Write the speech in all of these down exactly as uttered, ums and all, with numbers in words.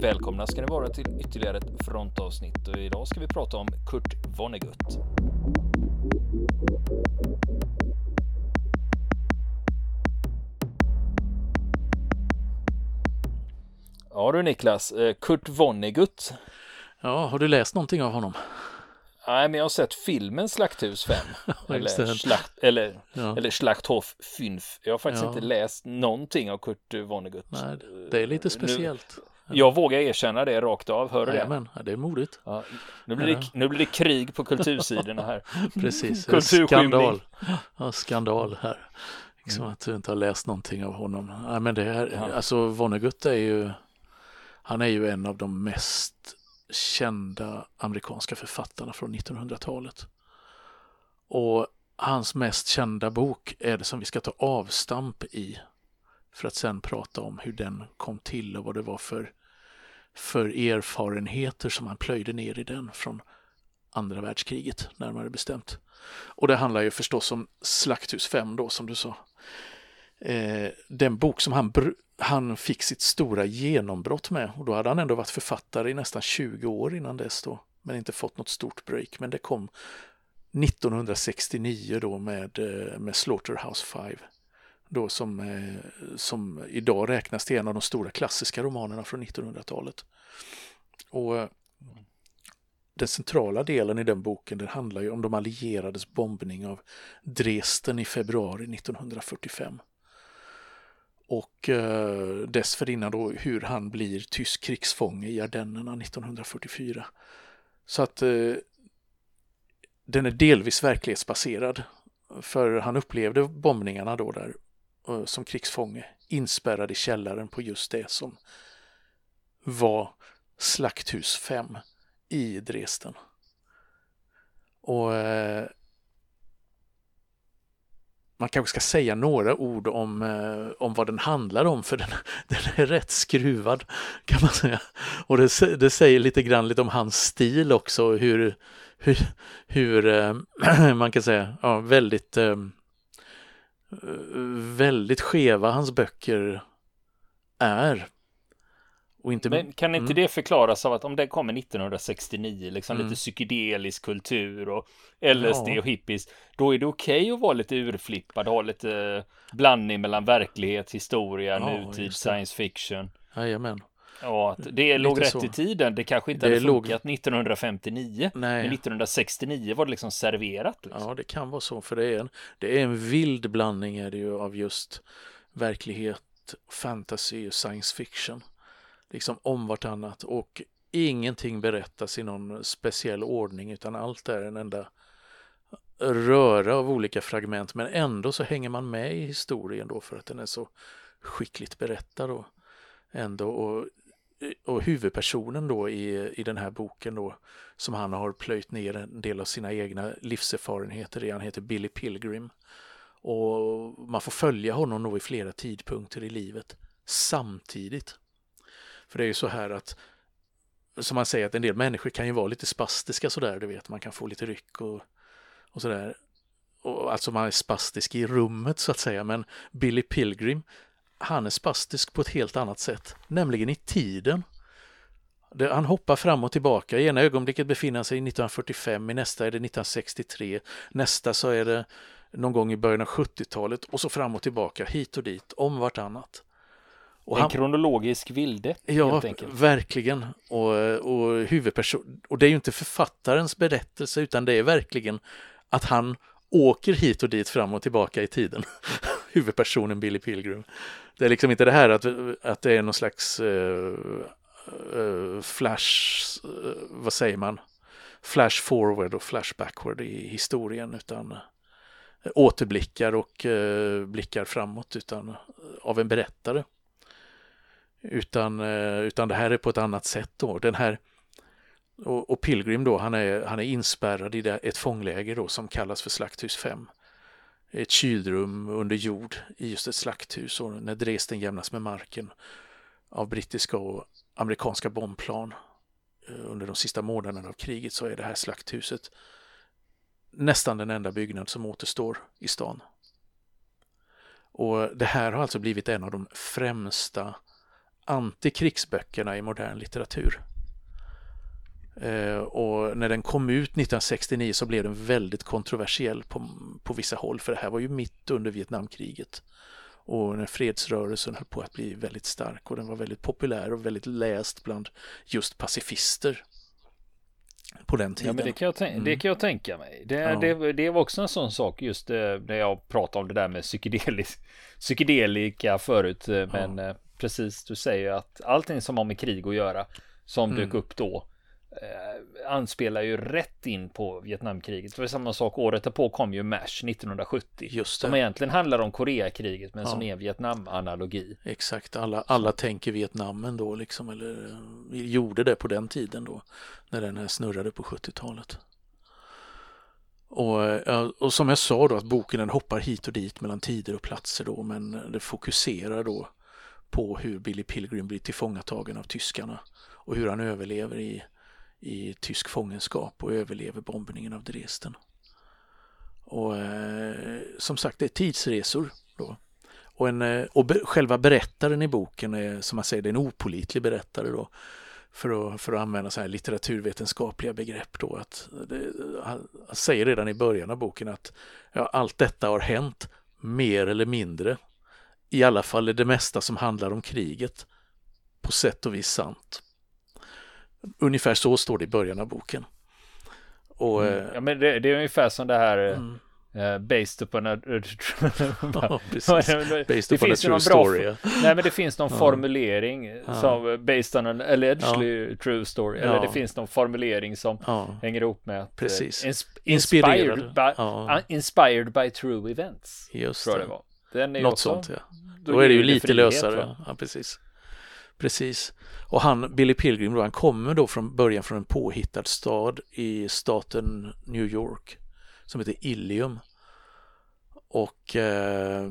Välkomna ska ni vara till ytterligare ett frontavsnitt och idag ska vi prata om Kurt Vonnegut. Ja du Niklas, Kurt Vonnegut. Ja, har du läst någonting av honom? Nej, men jag har sett filmen Slakthus fem. eller, det. slakt, eller, Ja. eller Schlachthof fem. Jag har faktiskt Ja. inte läst någonting av Kurt Vonnegut. Nej, det är lite speciellt. Nu, jag vågar erkänna det rakt av, hör du det? Jajamän, ja, det är modigt. Ja, nu, blir det, nu blir det krig på kultursidorna här. Precis, Kulturskymning. skandal. Ja, skandal här. Liksom mm. att du inte har läst någonting av honom. Nej, men det är, ja. alltså Vonnegut är ju, han är ju en av de mest kända amerikanska författarna från nittonhundratalet. Och hans mest kända bok är det som vi ska ta avstamp i för att sen prata om hur den kom till och vad det var för, för erfarenheter som han plöjde ner i den från andra världskriget närmare bestämt. Och det handlar ju förstås om Slakthus fem då som du sa. Eh, den bok som han, han fick sitt stora genombrott med, och då hade han ändå varit författare i nästan tjugo år innan dess då, men inte fått något stort break, men det kom nittonhundrasextionio då med, med Slaughterhouse five då som, som idag räknas till en av de stora klassiska romanerna från nittonhundratalet. Och den centrala delen i den boken, den handlar ju om de allierades bombning av Dresden i februari nittonhundrafyrtiofem. Och eh, dessförinnan då hur han blir tysk krigsfånge i Ardennerna nittonhundrafyrtiofyra. Så att eh, den är delvis verklighetsbaserad, för han upplevde bombningarna då där eh, som krigsfånge, inspärrad i källaren på just det som var Slakthus fem i Dresden. Och eh, man kanske ska säga några ord om, eh, om vad den handlar om, för den, den är rätt skruvad kan man säga. Och det, det säger lite grann lite om hans stil också, hur, hur, hur eh, man kan säga ja, väldigt eh, väldigt skeva hans böcker är. Och inte, men kan inte mm. det förklaras av att om det kommer nittonhundrasextionio, liksom mm. lite psykedelisk kultur och L S D ja. och hippies, då är det okej okay att vara lite urflippad, ha lite blandning mellan verklighets, historia, ja, nutid, science fiction. Jajamän. Ja, att det lite låg rätt så. I tiden. Det kanske inte det hade funkat låg... Nej. nittonhundrafemtionio, men nittonhundrasextionio var det liksom serverat. Liksom. Ja, det kan vara så, för det är en, det är en vild blandning är det ju av just verklighet, fantasy och science fiction. Liksom om vartannat, och ingenting berättas i någon speciell ordning, utan allt är en enda röra av olika fragment, men ändå så hänger man med i historien då för att den är så skickligt berättad då ändå. Och, och huvudpersonen då i, i den här boken då, som han har plöjt ner en del av sina egna livserfarenheter i, han heter Billy Pilgrim, och man får följa honom då i flera tidpunkter i livet samtidigt. För det är ju så här att, som man säger, att en del människor kan ju vara lite spastiska sådär, du vet, man kan få lite ryck och, och sådär. Och, alltså man är spastisk i rummet så att säga, men Billy Pilgrim, han är spastisk på ett helt annat sätt, nämligen i tiden. Det, han hoppar fram och tillbaka, i ena ögonblicket befinner han sig i nittonhundrafyrtiofem, i nästa är det nittonhundrasextiotre, nästa så är det någon gång i början av sjuttiotalet, och så fram och tillbaka, hit och dit, om vartannat. Och en han, kronologisk vilde. Ja, verkligen. Och, och huvudperson, och det är ju inte författarens berättelse, utan det är verkligen att han åker hit och dit fram och tillbaka i tiden. Huvudpersonen Billy Pilgrim. Det är liksom inte det här att, att det är någon slags uh, uh, flash, uh, vad säger man? Flash forward och flash backward i historien, utan uh, återblickar och uh, blickar framåt, utan uh, av en berättare. Utan, utan det här är på ett annat sätt då. Den här, och, och Pilgrim då, han är, han är inspärrad i det, ett fångläger då som kallas för Slakthus fem. Ett kylrum under jord i just ett slakthus, och när Dresden jämnas med marken av brittiska och amerikanska bombplan under de sista månaderna av kriget, så är det här slakthuset nästan den enda byggnad som återstår i stan. Och det här har alltså blivit en av de främsta antikrigsböckerna i modern litteratur. Eh, och när den kom ut nittonhundrasextionio så blev den väldigt kontroversiell på, på vissa håll, för det här var ju mitt under Vietnamkriget och när fredsrörelsen höll på att bli väldigt stark, och den var väldigt populär och väldigt läst bland just pacifister på den tiden. Ja, men det kan jag, tän- mm. det kan jag tänka mig. Det, Ja. det, det var också en sån sak just eh, när jag pratade om det där med psykedelis, psykedelika förut. eh, Men Ja. eh, precis, du säger att allting som har med krig att göra som Mm. dök upp då eh, anspelar ju rätt in på Vietnamkriget. Det var samma sak, året därpå kom ju MASH nittonhundrasjuttio. Just det. Som egentligen handlar om Koreakriget men Ja. som är en Vietnam-analogi. Exakt, alla, alla tänker Vietnam ändå liksom, eller gjorde det på den tiden då, när den här snurrade på sjuttiotalet. Och, ja, och som jag sa då, att boken den hoppar hit och dit mellan tider och platser då, men det fokuserar då på hur Billy Pilgrim blir tillfångatagen av tyskarna och hur han överlever i, i tysk fångenskap och överlever bombningen av Dresden. Och eh, som sagt, det är tidsresor då. Och, en, och be, själva berättaren i boken är, som man säger, det är en opålitlig berättare då, för att, för att använda så här litteraturvetenskapliga begrepp då, att det, han säger redan i början av boken att ja, allt detta har hänt mer eller mindre, i alla fall är det mesta som handlar om kriget på sätt och vis sant. Ungefär så står det i början av boken. Och, Mm. Ja, men det, det är ungefär som det här mm. Uh, based upon a ja, precis. det based upon finns a ju true någon story. bra, nej men det finns någon ja. formulering ja. som based on an allegedly ja. true story, eller ja. det finns någon formulering som ja. hänger ihop med att, precis. Uh, ins- inspired, by, ja. uh, inspired by true events. Just tror det. det var. Den är något också, sånt, ja. Då, då är det ju det lite frihet, lösare. Ja, precis. Precis. Och han, Billy Pilgrim då, han kommer då från början från en påhittad stad i staten New York som heter Ilium. Och eh,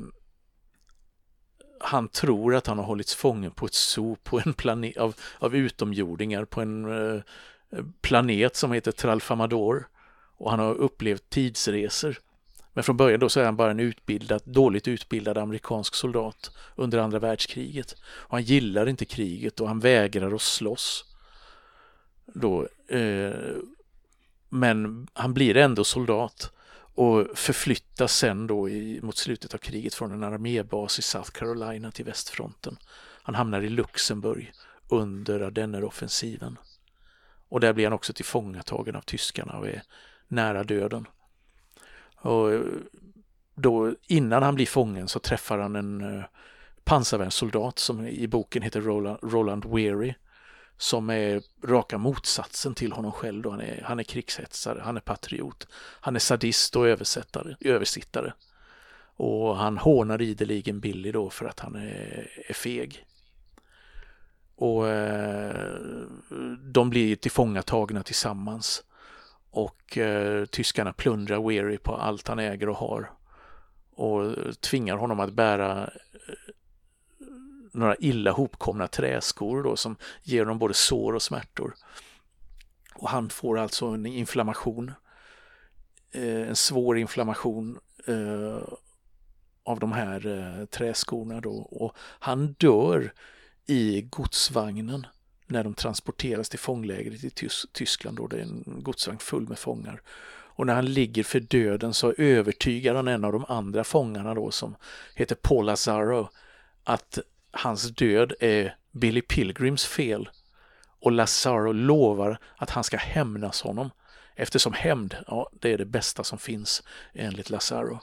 han tror att han har hållits fången på ett zoo på en planet av, av utomjordingar på en eh, planet som heter Tralfamador, och han har upplevt tidsresor. Men från början då så är han bara en utbildad, dåligt utbildad amerikansk soldat under andra världskriget. Och han gillar inte kriget och han vägrar att slåss. Då, eh, men han blir ändå soldat och förflyttas sen då i, mot slutet av kriget från en armébas i South Carolina till västfronten. Han hamnar i Luxemburg under Ardenneroffensiven. Och där blir han också tillfångatagen av tyskarna och är nära döden. Och då, innan han blir fången så träffar han en uh, pansarvärnssoldat som i boken heter Roland, Roland Weary, som är raka motsatsen till honom själv då. Han är, han är krigshetsare, han är patriot, han är sadist och översättare, översittare. Och han hånar ideligen Billy då för att han är, är feg. Och eh, de blir tillfångatagna tillsammans. Och eh, tyskarna plundrar Weary på allt han äger och har. Och tvingar honom att bära eh, några illa hopkomna träskor då, som ger honom både sår och smärtor. Och han får alltså en inflammation. Eh, en svår inflammation eh, av de här eh, träskorna då. Och han dör i godsvagnen när de transporteras till fånglägret i Tys- Tyskland då. Det är en godsvagn full med fångar. Och när han ligger för döden så övertygar han en av de andra fångarna då, som heter Paul Lazaro, att hans död är Billy Pilgrims fel. Och Lazaro lovar att han ska hämnas honom, eftersom hämnd, ja, det är det bästa som finns enligt Lazaro.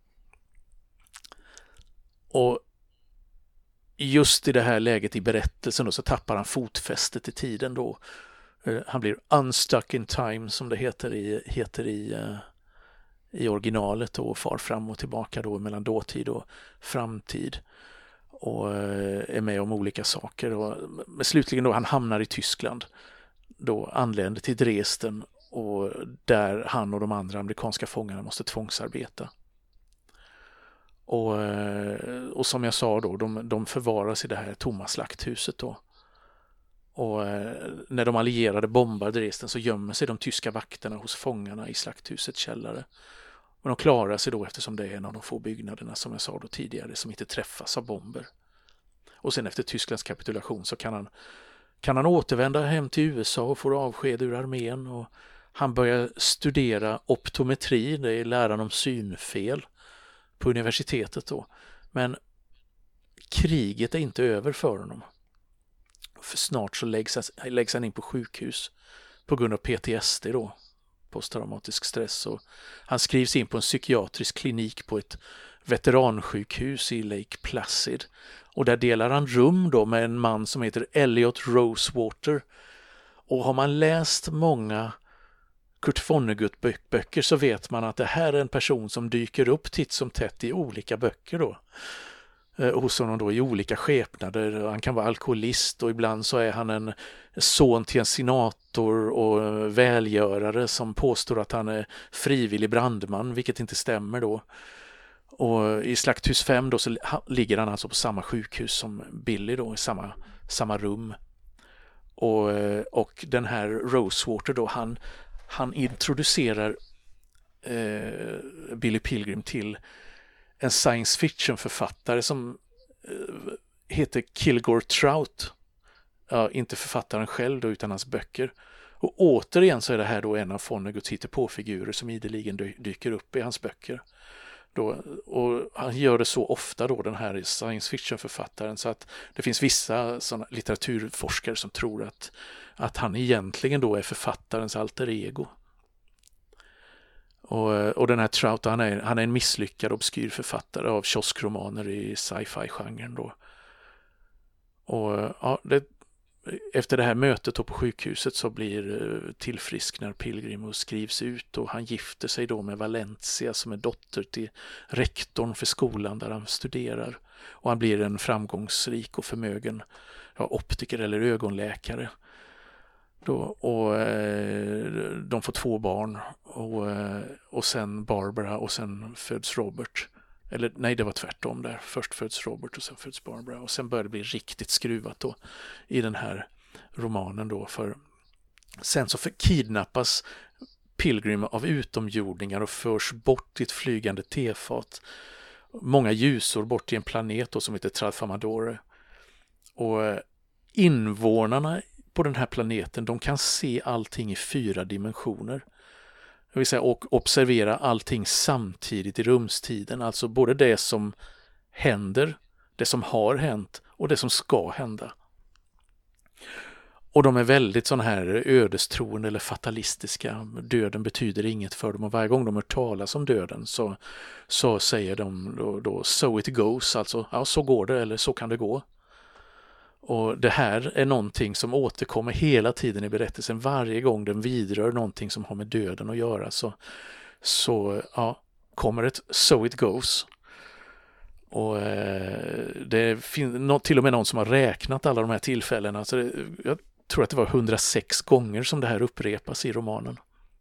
Och just i det här läget i berättelsen då, så tappar han fotfästet i tiden då. Han blir unstuck in time, som det heter i, heter i, i originalet, och far fram och tillbaka då mellan dåtid och framtid och är med om olika saker. Och, men slutligen då han hamnar i Tyskland, då anländer till Dresden, och där han och de andra amerikanska fångarna måste tvångsarbeta. Och, och som jag sa då, de, de förvaras i det här tomma slakthuset då. Och när de allierade bombar Dresden så gömmer sig de tyska vakterna hos fångarna i slakthusets källare. Och de klarar sig då eftersom det är en av de få byggnaderna, som jag sa då tidigare, som inte träffas av bomber. och sen efter Tysklands kapitulation så kan han, kan han återvända hem till U S A och får avsked ur armén, och han börjar studera optometri, det är läran om synfel på universitetet då. Men kriget är inte över för honom. För snart så läggs, läggs han in på sjukhus på grund av P T S D då, posttraumatisk stress, och han skrivs in på en psykiatrisk klinik på ett veteransjukhus i Lake Placid, och där delar han rum då med en man som heter Elliot Rosewater. Och har man läst många Kurt Vonnegut-böcker så vet man att det här är en person som dyker upp titt som tätt i olika böcker då. Eh, hos honom då i olika skepnader. Han kan vara alkoholist, och ibland så är han en son till en senator och välgörare som påstår att han är frivillig brandman, vilket inte stämmer då. Och i Slakthus fem då så ligger han alltså på samma sjukhus som Billy då, i samma, samma rum. Och, och den här Rosewater då, han, han introducerar eh, Billy Pilgrim till en science fiction-författare som eh, heter Kilgore Trout. Ja, inte författaren själv då, utan hans böcker. Och återigen så är det här då en av Vonneguts hittepåfigurer som ideligen dy- dyker upp i hans böcker. Då, och han gör det så ofta då, den här science fiction-författaren, så att det finns vissa såna litteraturforskare som tror att, att han egentligen då är författarens alter ego. Och, och den här Trout, han är, han är en misslyckad obskyr författare av kioskromaner i sci-fi-genren då. Och ja, det, efter det här mötet på sjukhuset så blir tillfrisknar Pilgrim och skrivs ut, och han gifter sig då med Valencia som är dotter till rektorn för skolan där han studerar, och han blir en framgångsrik och förmögen ja, optiker eller ögonläkare då, och eh, de får två barn, och, och sen Barbara, och sen föds Robert. Eller nej, det var tvärtom där. Först föds Robert och sen föds Barbara. Och sen börjar det bli riktigt skruvat då i den här romanen då. För sen så kidnappas Pilgrim av utomjordingar och förs bort till ett flygande tefat. Många ljusår bort till en planet då som heter Tralfamadore. Och invånarna på den här planeten, de kan se allting i fyra dimensioner. Jag vill säga, och observera allting samtidigt i rumstiden. Alltså både det som händer, det som har hänt och det som ska hända. Och de är väldigt sådana här ödestroende eller fatalistiska. Döden betyder inget för dem, och varje gång de hör talas om döden så, så säger de då, då so it goes, alltså ja, så går det eller så kan det gå. Och det här är någonting som återkommer hela tiden i berättelsen. Varje gång den vidrör någonting som har med döden att göra så, så ja, kommer ett so it goes. Och eh, det finns till och med någon som har räknat alla de här tillfällena. Alltså det, jag tror att det var hundrasex gånger som det här upprepas i romanen.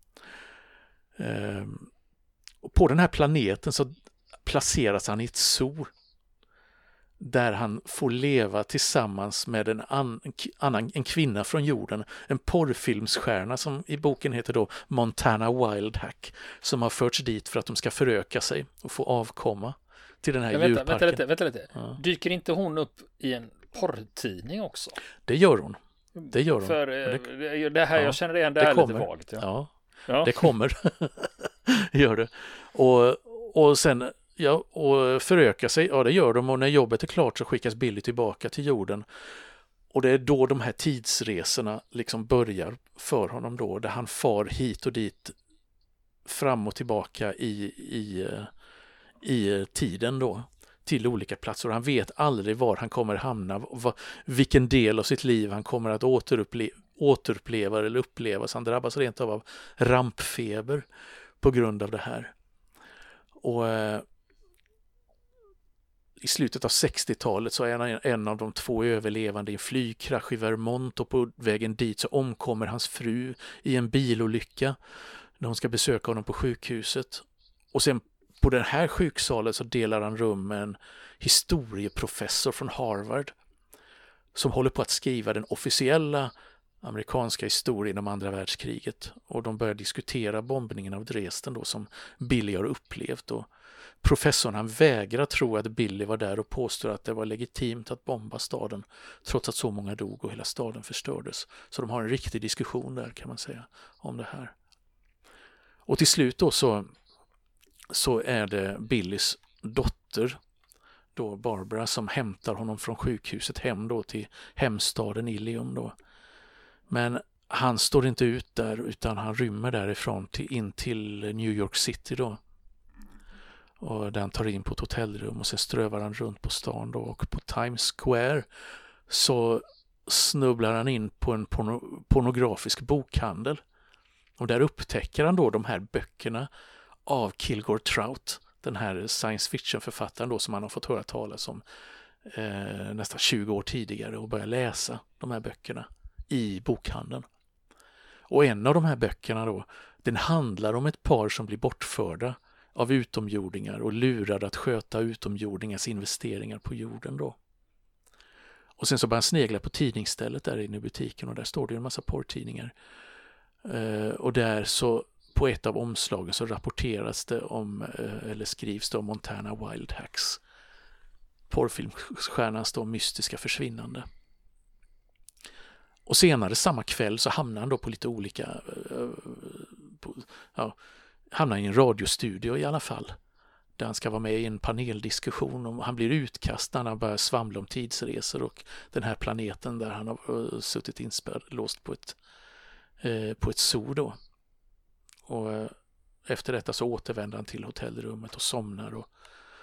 Eh, och på den här planeten så placeras han i ett zoo, där han får leva tillsammans med en, an, annan, en kvinna från jorden, en porrfilmsstjärna som i boken heter då Montana Wildhack, som har förts dit för att de ska föröka sig och få avkomma till den här ja, vänta, djurparken. Vänta lite, vänta lite. Ja. Dyker inte hon upp i en porrtidning också? Det gör hon. Det gör hon. För det, det här, ja, jag känner igen det, det här kommer. lite vagt. Ja, ja, ja. det kommer. Gör det. Och, och sen... Ja, och föröka sig, ja det gör de, och när jobbet är klart så skickas Billy tillbaka till jorden. Och det är då de här tidsresorna liksom börjar för honom då, där han far hit och dit, fram och tillbaka i, i, i tiden då, till olika platser. Och han vet aldrig var han kommer hamna, vad, vilken del av sitt liv han kommer att återuppleva, återuppleva eller uppleva. Så han drabbas rent av av rampfeber på grund av det här. Och i slutet av sextiotalet så är han en av de två överlevande i en flygkrasch i Vermont, och på vägen dit så omkommer hans fru i en bilolycka när hon ska besöka honom på sjukhuset. Och sen på den här sjuksalen så delar han rum med en historieprofessor från Harvard som håller på att skriva den officiella amerikanska historien om andra världskriget, och de börjar diskutera bombningen av Dresden då som Billy har upplevt, och professorn, han vägrar tro att Billy var där och påstår att det var legitimt att bomba staden trots att så många dog och hela staden förstördes. Så de har en riktig diskussion där, kan man säga, om det här. Och till slut då så, så är det Billys dotter då, Barbara, som hämtar honom från sjukhuset hem då till hemstaden Ilium då. Men han står inte ut där, utan han rymmer därifrån till, in till New York City då. Och där han tar in på ett hotellrum och sen strövar han runt på stan då, och på Times Square så snubblar han in på en porno- pornografisk bokhandel. Och där upptäcker han då de här böckerna av Kilgore Trout, den här science fiction-författaren då som han har fått höra talas om eh, nästan tjugo år tidigare, och börjar läsa de här böckerna i bokhandeln. Och en av de här böckerna då, den handlar om ett par som blir bortförda av utomjordingar och lurade att sköta utomjordingars investeringar på jorden då. Och sen så börjar han snegla på tidningsstället där inne i butiken, och där står det en massa porrtidningar. Uh, och där så på ett av omslagen så rapporteras det om, uh, eller skrivs det om Montana Wild Hacks, porrfilmstjärnans då mystiska försvinnande. Och senare samma kväll så hamnar han då på lite olika uh, på, ja, hamnar i en radiostudio i alla fall, där han ska vara med i en paneldiskussion om, han blir utkastad när han börjar svamla om tidsresor och den här planeten där han har uh, suttit inspärrad, låst på ett uh, på ett zoo då. Och uh, efter detta så återvänder han till hotellrummet och somnar och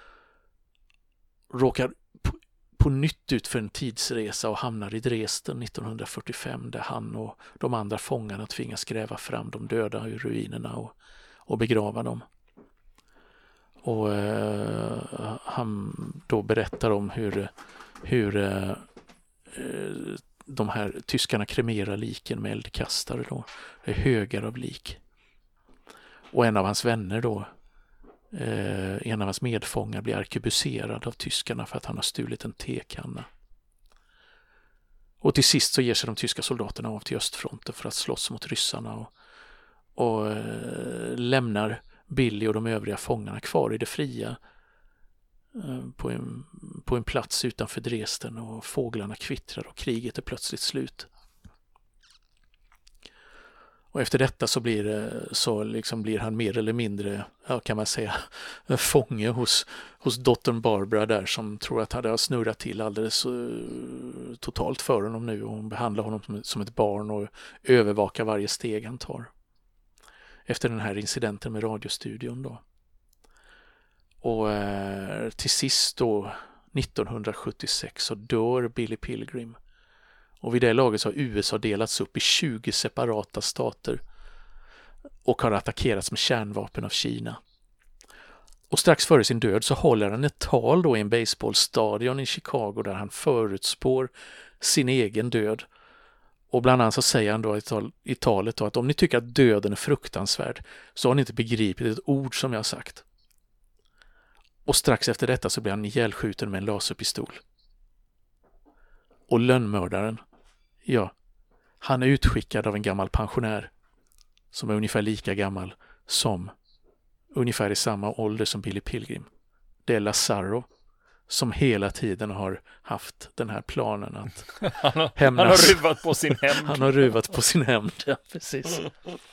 råkar på, på nytt ut för en tidsresa och hamnar i Dresden nittonhundrafyrtiofem, där han och de andra fångarna tvingas gräva fram de döda ur ruinerna och och begrava dem. Och eh, han då berättar om hur, hur eh, de här tyskarna kremerar liken med eldkastare då. Det är högar av lik. Och en av hans vänner då, eh, en av hans medfångar blir arkebuserad av tyskarna för att han har stulit en tekanna. Och till sist så ger sig de tyska soldaterna av till östfronten för att slåss mot ryssarna och och eh, lämnar Billy och de övriga fångarna kvar i det fria eh, på, en, på en plats utanför Dresden, och fåglarna kvittrar och kriget är plötsligt slut. Och efter detta så blir, det, så liksom blir han mer eller mindre, ja, kan man säga, fånge hos, hos dottern Barbara där, som tror att det har snurrat till alldeles uh, totalt för honom nu, och hon behandlar honom som, som ett barn och övervakar varje steg han tar. Efter den här incidenten med radiostudion då. Och eh, till sist då nittonhundrasjuttiosex så dör Billy Pilgrim. Och vid det laget så har U S A delats upp i tjugo separata stater och har attackerats med kärnvapen av Kina. Och strax före sin död så håller han ett tal då i en baseballstadion i Chicago där han förutspår sin egen död. Och bland annat så säger han då i, tal, i talet då att om ni tycker att döden är fruktansvärd så har ni inte begripit ett ord som jag har sagt. Och strax efter detta så blir han ihjälskjuten med en laserpistol. Och lönnmördaren, ja, han är utskickad av en gammal pensionär som är ungefär lika gammal som, ungefär i samma ålder som Billy Pilgrim. Det är Lazaro, som hela tiden har haft den här planen att han, har, hämnas. han har ruvat på sin hämnd. Han har ruvat på sin hämnd, ja, precis.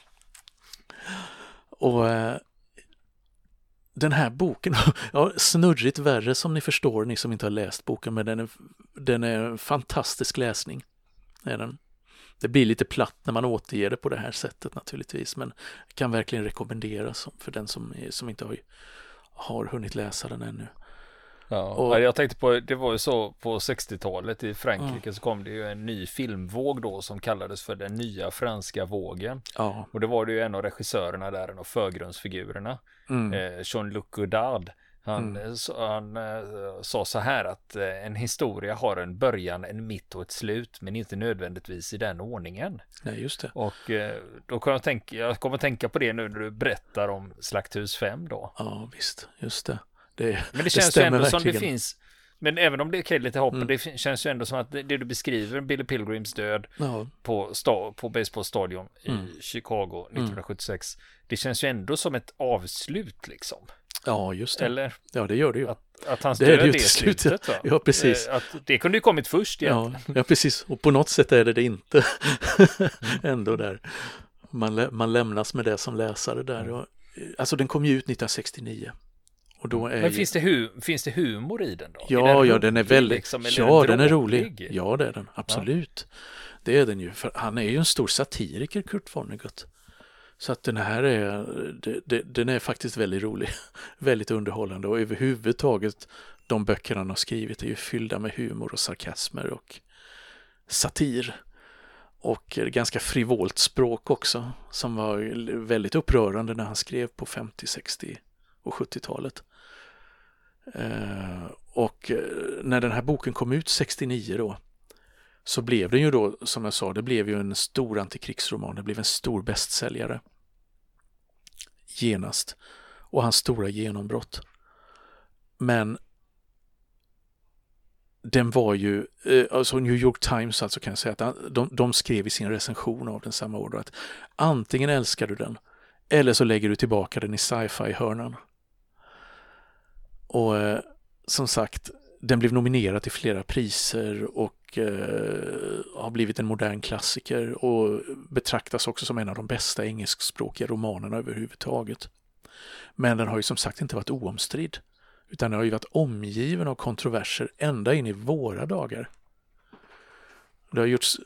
Och eh, den här boken, ja, snurrigt värre som ni förstår, ni som inte har läst boken, men den är, den är en fantastisk läsning. Är den. Det blir lite platt när man återger det på det här sättet naturligtvis, men kan verkligen rekommenderas för den som, som inte har, har hunnit läsa den ännu. Ja, och jag tänkte på, det var ju så på sextiotalet i Frankrike, ja, så kom det ju en ny filmvåg då som kallades för den nya franska vågen. Ja. Och det var det ju en av regissörerna där, en av förgrundsfigurerna, mm. eh, Jean-Luc Godard. Han, mm. så, han eh, sa så här att eh, en historia har en början, en mitt och ett slut, men inte nödvändigtvis i den ordningen. Nej, just det. Och eh, då kan jag tänka, jag kommer tänka på det nu när du berättar om Slakthus fem då. Ja, visst, just det. Det, men det känns det ju ändå verkligen som det finns, men även om det är okej, lite hopp, mm. det känns ju ändå som att det, det du beskriver, Billy Pilgrims död, ja, på, sta, på baseballstadion mm. i Chicago nittonhundrasjuttiosex, mm. det känns ju ändå som ett avslut liksom. Ja, just det. Eller? Ja, det gör det ju. Att, att han Det är stöder det ju det, till slutet. slutet. Va? Ja, precis. Eh, Att det kunde ju kommit först egentligen. Ja, ja, precis. Och på något sätt är det det inte. Ändå där. Man, lä- man lämnas med det som läsare där. Och, alltså den kom ju ut nittonhundrasextionio. Och då är Men ju... finns det, hu- finns det humor i den då? Ja, är den ja, den är rolig, väldigt... liksom, eller ja, är den är dråplig? rolig. Ja, det är den. Absolut. Det är den ju. För han är ju en stor satiriker, Kurt Vonnegut. Så att den här är... Det, det, den är faktiskt väldigt rolig. Väldigt underhållande. Och överhuvudtaget de böckerna han har skrivit är ju fyllda med humor och sarkasmer och satir. Och ganska frivolt språk också, som var väldigt upprörande när han skrev på femtio, sextio och sjuttiotalet. Eh, och när den här boken kom ut sextionio då, så blev den ju då, som jag sa, det blev ju en stor antikrigsroman, det blev en stor bästsäljare genast. Och hans stora genombrott. Men den var ju, alltså New York Times alltså kan jag säga att de, de skrev i sin recension av den samma år att antingen älskar du den eller så lägger du tillbaka den i sci-fi-hörnan. Och eh, som sagt, den blev nominerad till flera priser och eh, har blivit en modern klassiker och betraktas också som en av de bästa engelskspråkiga romanerna överhuvudtaget. Men den har ju som sagt inte varit oomstridd. Utan den har ju varit omgiven av kontroverser ända in i våra dagar. Det har gjorts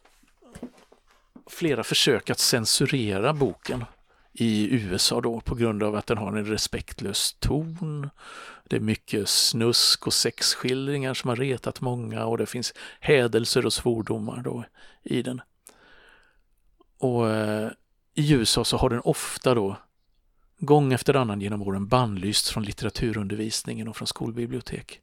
flera försök att censurera boken i U S A då på grund av att den har en respektlös ton. Det är mycket snusk och sexskildringar som har retat många och det finns hädelser och svordomar då i den. Och eh, i U S A så har den ofta då gång efter annan genom åren bannlyst från litteraturundervisningen och från skolbibliotek.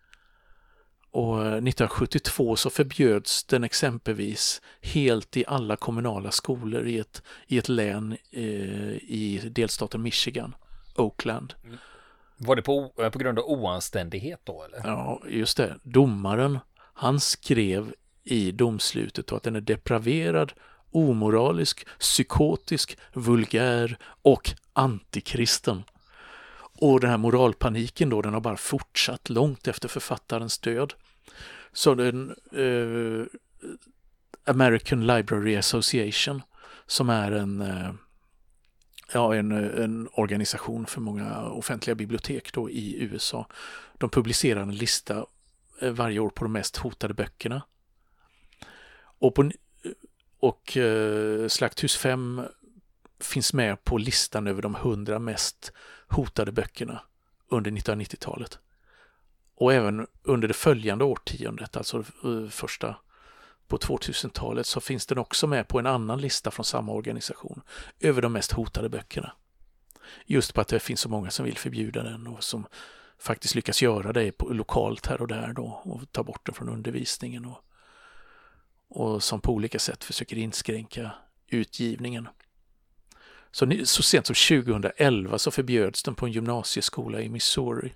Och nittonhundrasjuttiotvå så förbjöds den exempelvis helt i alla kommunala skolor i ett, i ett län eh, i delstaten Michigan, Oakland. Var det på, på grund av oanständighet då eller? Ja, just det. Domaren, han skrev i domslutet då att den är depraverad, omoralisk, psykotisk, vulgär och antikristen. Och den här moralpaniken då, den har bara fortsatt långt efter författarens död. Så den eh, American Library Association, som är en, eh, ja, en, en organisation för många offentliga bibliotek då i U S A. De publicerar en lista eh, varje år på de mest hotade böckerna. Och på Och eh, Slakthus fem finns med på listan över de hundra mest hotade böckerna under nittonhundranittiotalet. Och även under det följande årtiondet, alltså eh, första på tvåtusentalet, så finns den också med på en annan lista från samma organisation över de mest hotade böckerna. Just på att det finns så många som vill förbjuda den och som faktiskt lyckas göra det på, lokalt här och där då och ta bort den från undervisningen och och som på olika sätt försöker inskränka utgivningen. Så, så sent som tjugohundraelva så förbjöds den på en gymnasieskola i Missouri.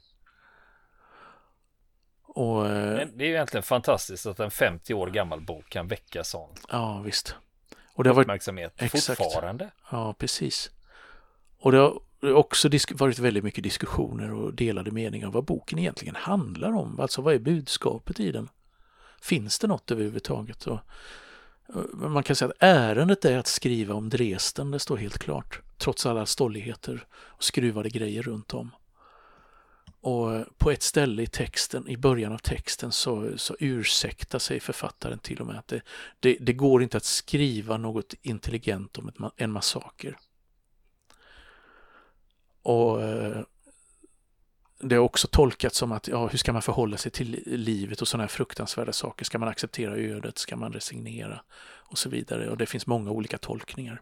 Och, Men det är ju egentligen fantastiskt att en femtio år gammal bok kan väcka sån ja, visst. Och det har varit uppmärksamhet exakt. Fortfarande. Ja, precis. Och det har också disk- varit väldigt mycket diskussioner och delade meningar om vad boken egentligen handlar om. Alltså vad är budskapet i den? Finns det något överhuvudtaget? Och man kan säga att ärendet är att skriva om Dresden, det står helt klart. Trots alla stolligheter och skruvade grejer runt om. Och på ett ställe i texten, i början av texten, så, så ursäktar sig författaren till och med att det, det, det går inte att skriva något intelligent om ett, en massaker. Och det har också tolkats som att ja, hur ska man förhålla sig till livet och sådana här fruktansvärda saker? Ska man acceptera ödet? Ska man resignera? Och så vidare. Och det finns många olika tolkningar.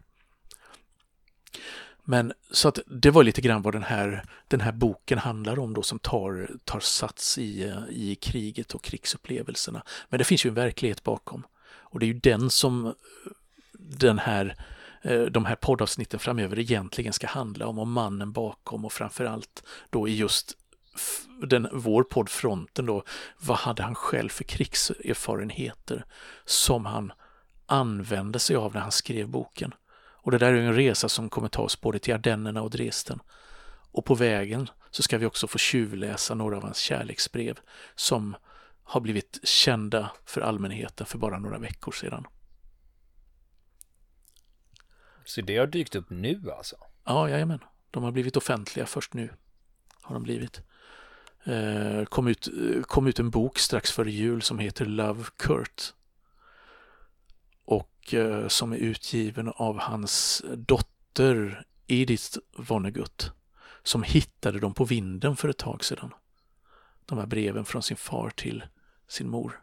Men så att det var lite grann vad den här, den här boken handlar om då, som tar, tar sats i, i kriget och krigsupplevelserna. Men det finns ju en verklighet bakom. Och det är ju den som den här, de här poddavsnitten framöver egentligen ska handla om, om mannen bakom och framförallt då i just den, vår podd Fronten då, vad hade han själv för krigserfarenheter som han använde sig av när han skrev boken. Och det där är en resa som kommer ta oss både till Ardennerna och Dresden. Och på vägen så ska vi också få tjuvläsa några av hans kärleksbrev som har blivit kända för allmänheten för bara några veckor sedan. Så det har dykt upp nu alltså? Ja, jajamän. De har blivit offentliga först nu. Har de blivit. Eh, kom, ut, kom ut en bok strax före jul som heter Love Kurt. Och eh, som är utgiven av hans dotter Edith Vonnegut, som hittade dem på vinden för ett tag sedan. De här breven från sin far till sin mor.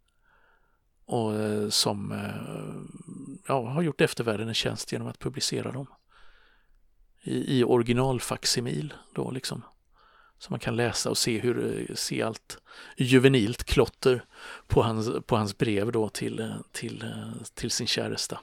Och eh, som eh, ja, har gjort eftervärlden en tjänst genom att publicera dem. I, i originalfaksimil då liksom. Så man kan läsa och se hur se allt juvenilt klotter på hans, på hans brev då till, till, till sin käresta.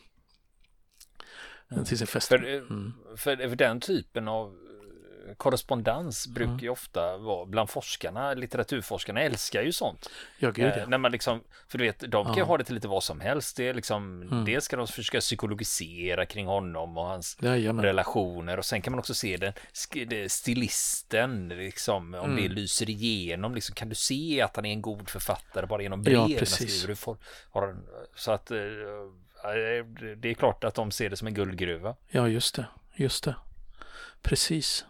Mm. Till sin fästmö. För, mm. för, för den typen av korrespondens brukar mm. ju ofta vara bland forskarna, litteraturforskarna älskar ju sånt. Ja, gud, ja. Eh, när man liksom, för du vet, de kan ju ja. ha det till lite vad som helst. Det är liksom, mm. dels ska de försöka psykologisera kring honom och hans ja, relationer, och sen kan man också se den stilisten liksom, om mm. det lyser igenom liksom, kan du se att han är en god författare bara genom breven ja, skriver. Du får, har, så att det är klart att de ser det som en guldgruva. Ja, just det, just det. Precis.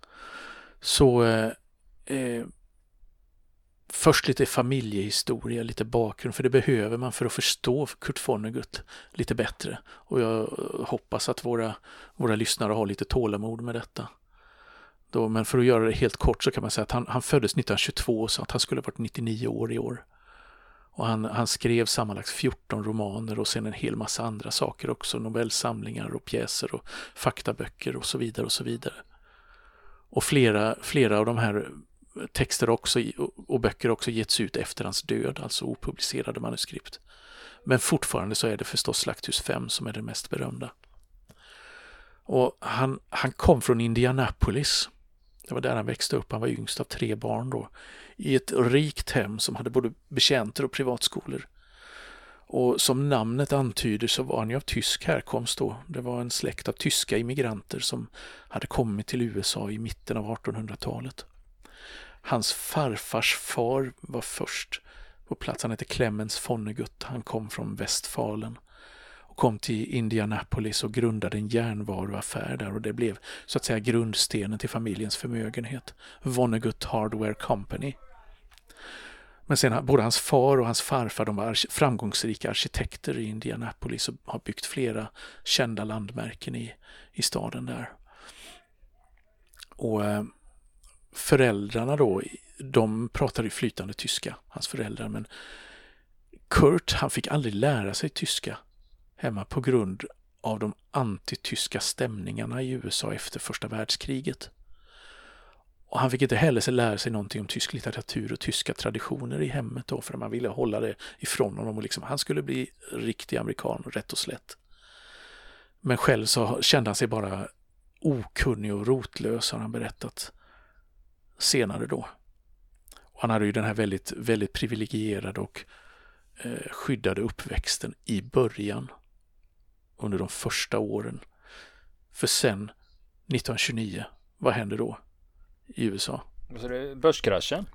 Så eh, eh, först lite familjehistoria, lite bakgrund, för det behöver man för att förstå Kurt Vonnegut lite bättre. Och jag hoppas att våra, våra lyssnare har lite tålamod med detta. Då, men för att göra det helt kort så kan man säga att han, han föddes nittonhundratjugotvå, så att han skulle ha varit nittionio år i år. Och han, han skrev sammanlagt fjorton romaner och sen en hel massa andra saker också, novellsamlingar och pjäser och faktaböcker och så vidare och så vidare. Och flera, flera av de här texter också och böcker också getts ut efter hans död, alltså opublicerade manuskript. Men fortfarande så är det förstås Slakthus fem som är det mest berömda. Och han, han kom från Indianapolis. Det var där han växte upp. Han var yngst av tre barn då. I ett rikt hem som hade både betjänter och privatskolor. Och som namnet antyder så var han ju av tysk härkomst då. Det var en släkt av tyska immigranter som hade kommit till U S A i mitten av artonhundratalet. Hans farfars far var först på plats. Han hette Clemens Vonnegut. Han kom från Westfalen och kom till Indianapolis och grundade en järnvaruaffär där, och det blev så att säga grundstenen till familjens förmögenhet. Vonnegut Hardware Company. Men sen både hans far och hans farfar, de var framgångsrika arkitekter i Indianapolis och har byggt flera kända landmärken i, i staden där. Och eh, föräldrarna då, de pratade flytande tyska, hans föräldrar, men Kurt, han fick aldrig lära sig tyska hemma på grund av de antityska stämningarna i U S A efter första världskriget. Och han fick inte heller lära sig någonting om tysk litteratur och tyska traditioner i hemmet då, för man ville hålla det ifrån honom och liksom, han skulle bli riktig amerikan, rätt och slätt. Men själv så kände han sig bara okunnig och rotlös, har han berättat senare då. Och han hade ju den här väldigt, väldigt privilegierade och eh, skyddade uppväxten i början, under de första åren. För sen nittonhundratjugonio, vad hände då i U S A? Så det är börskraschen?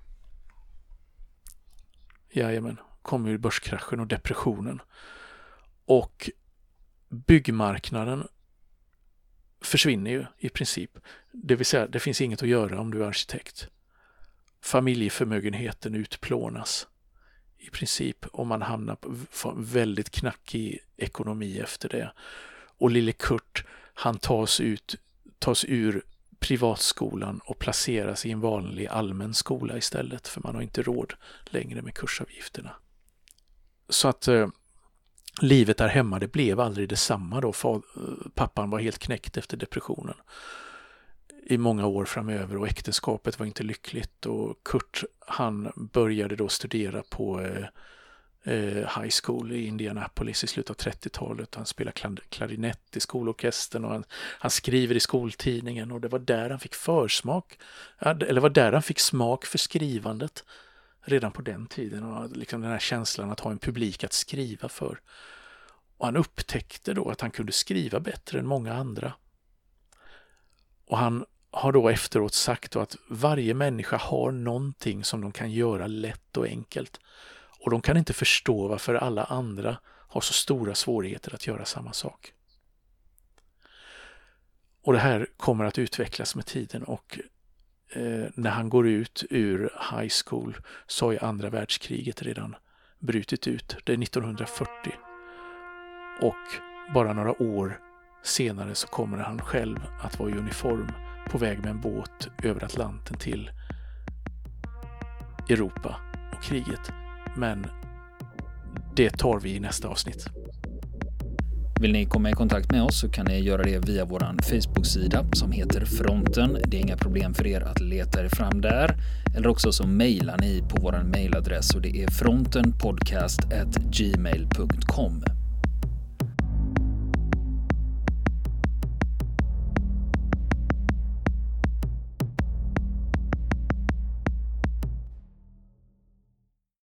Jajamän, kom ju börskraschen och depressionen. Och byggmarknaden försvinner ju i princip. Det vill säga, det finns inget att göra om du är arkitekt. Familjeförmögenheten utplånas i princip, om man hamnar på väldigt knackig ekonomi efter det. Och lille Kurt, han tas ut, tas ur privatskolan och placeras i en vanlig allmän skola istället, för man har inte råd längre med kursavgifterna. Så att eh, livet där hemma, det blev aldrig detsamma då. Far, pappan var helt knäckt efter depressionen i många år framöver, och äktenskapet var inte lyckligt, och Kurt, han började då studera på eh, high school i Indianapolis i slutet av trettiotalet. Han spelar klarinett i skolorkestern och han, han skriver i skoltidningen, och det var där han fick försmak, eller var där han fick smak för skrivandet redan på den tiden, och liksom den här känslan att ha en publik att skriva för. Och han upptäckte då att han kunde skriva bättre än många andra. Och han har då efteråt sagt då att varje människa har någonting som de kan göra lätt och enkelt. Och de kan inte förstå varför alla andra har så stora svårigheter att göra samma sak. Och det här kommer att utvecklas med tiden, och eh, när han går ut ur high school så har ju andra världskriget redan brutit ut. Det är nittonhundrafyrtio. Och bara några år senare så kommer han själv att vara i uniform på väg med en båt över Atlanten till Europa och kriget. Men det tar vi i nästa avsnitt. Vill ni komma i kontakt med oss så kan ni göra det via vår Facebook-sida som heter Fronten. Det är inga problem för er att leta er fram där. Eller också så mejlar ni på vår mejladress, och det är frontenpodcast at gmail punkt com.